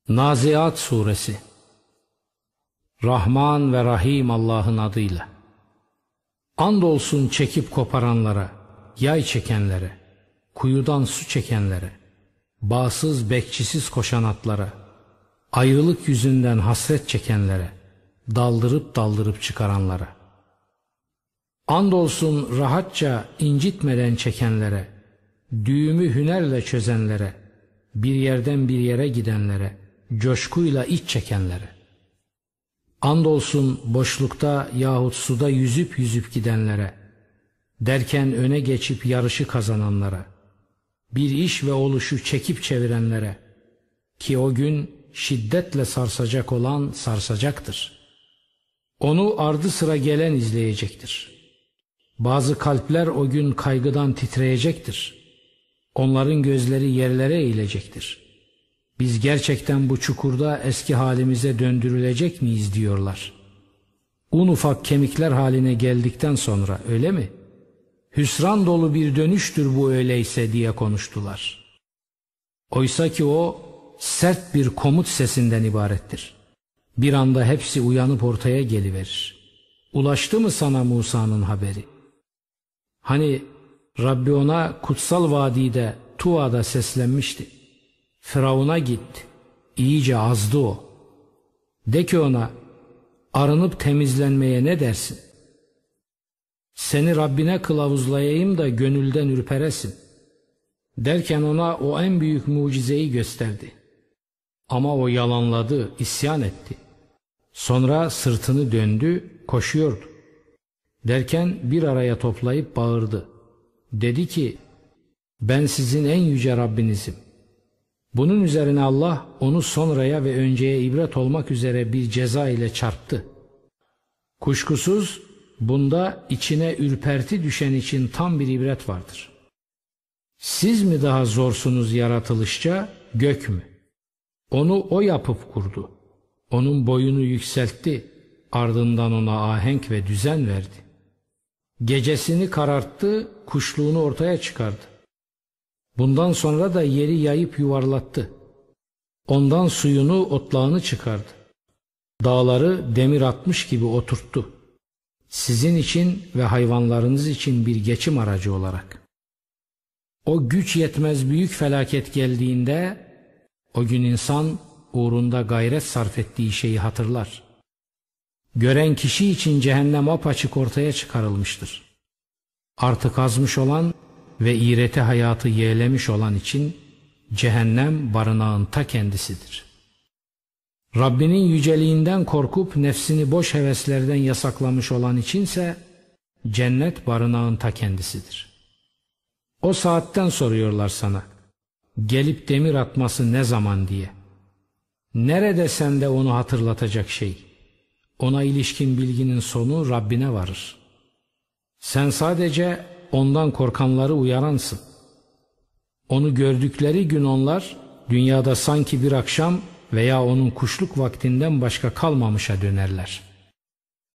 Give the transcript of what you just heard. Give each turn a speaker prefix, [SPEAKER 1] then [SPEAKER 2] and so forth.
[SPEAKER 1] Naziat Suresi. Rahman ve Rahim Allah'ın adıyla. Andolsun çekip koparanlara, yay çekenlere, kuyudan su çekenlere, bağsız bekçisiz koşan atlara, ayrılık yüzünden hasret çekenlere, daldırıp daldırıp çıkaranlara. Andolsun rahatça incitmeden çekenlere, düğümü hünerle çözenlere, bir yerden bir yere gidenlere, coşkuyla iç çekenlere. Andolsun boşlukta yahut suda yüzüp yüzüp gidenlere, derken öne geçip yarışı kazananlara, bir iş ve oluşu çekip çevirenlere, ki o gün şiddetle sarsacak olan sarsacaktır. Onu ardı sıra gelen izleyecektir. Bazı kalpler o gün kaygıdan titreyecektir. Onların gözleri yerlere eğilecektir. Biz gerçekten bu çukurda eski halimize döndürülecek miyiz diyorlar. Un ufak kemikler haline geldikten sonra, öyle mi? Hüsran dolu bir dönüştür bu öyleyse diye konuştular. Oysa ki o sert bir komut sesinden ibarettir. Bir anda hepsi uyanıp ortaya geliverir. Ulaştı mı sana Musa'nın haberi? Hani Rabbi ona kutsal vadide Tuva'da seslenmişti. Firavun'a git, iyice azdı o. De ki ona, arınıp temizlenmeye ne dersin? Seni Rabbine kılavuzlayayım da gönülden ürperesin. Derken ona o en büyük mucizeyi gösterdi. Ama o yalanladı, isyan etti. Sonra sırtını döndü, koşuyordu. Derken bir araya toplayıp bağırdı. Dedi ki, ben sizin en yüce Rabbinizim. Bunun üzerine Allah onu sonraya ve önceye ibret olmak üzere bir ceza ile çarptı. Kuşkusuz bunda içine ürperti düşen için tam bir ibret vardır. Siz mi daha zorsunuz yaratılışça, gök mü? Onu o yapıp kurdu. Onun boyunu yükseltti, ardından ona ahenk ve düzen verdi. Gecesini kararttı, kuşluğunu ortaya çıkardı. Bundan sonra da yeri yayıp yuvarlattı. Ondan suyunu, otlağını çıkardı. Dağları demir atmış gibi oturttu. Sizin için ve hayvanlarınız için bir geçim aracı olarak. O güç yetmez büyük felaket geldiğinde, o gün insan uğrunda gayret sarf ettiği şeyi hatırlar. Gören kişi için cehennem apaçık ortaya çıkarılmıştır. Artık azmış olan ve iğreti hayatı yeğlemiş olan için cehennem barınağın ta kendisidir. Rabbinin yüceliğinden korkup nefsini boş heveslerden yasaklamış olan içinse cennet barınağın ta kendisidir. O saatten soruyorlar sana, gelip demir atması ne zaman diye. Nerede sende onu hatırlatacak şey? Ona ilişkin bilginin sonu Rabbine varır. Sen sadece ondan korkanları uyaransın. Onu gördükleri gün onlar dünyada sanki bir akşam veya onun kuşluk vaktinden başka kalmamışa dönerler.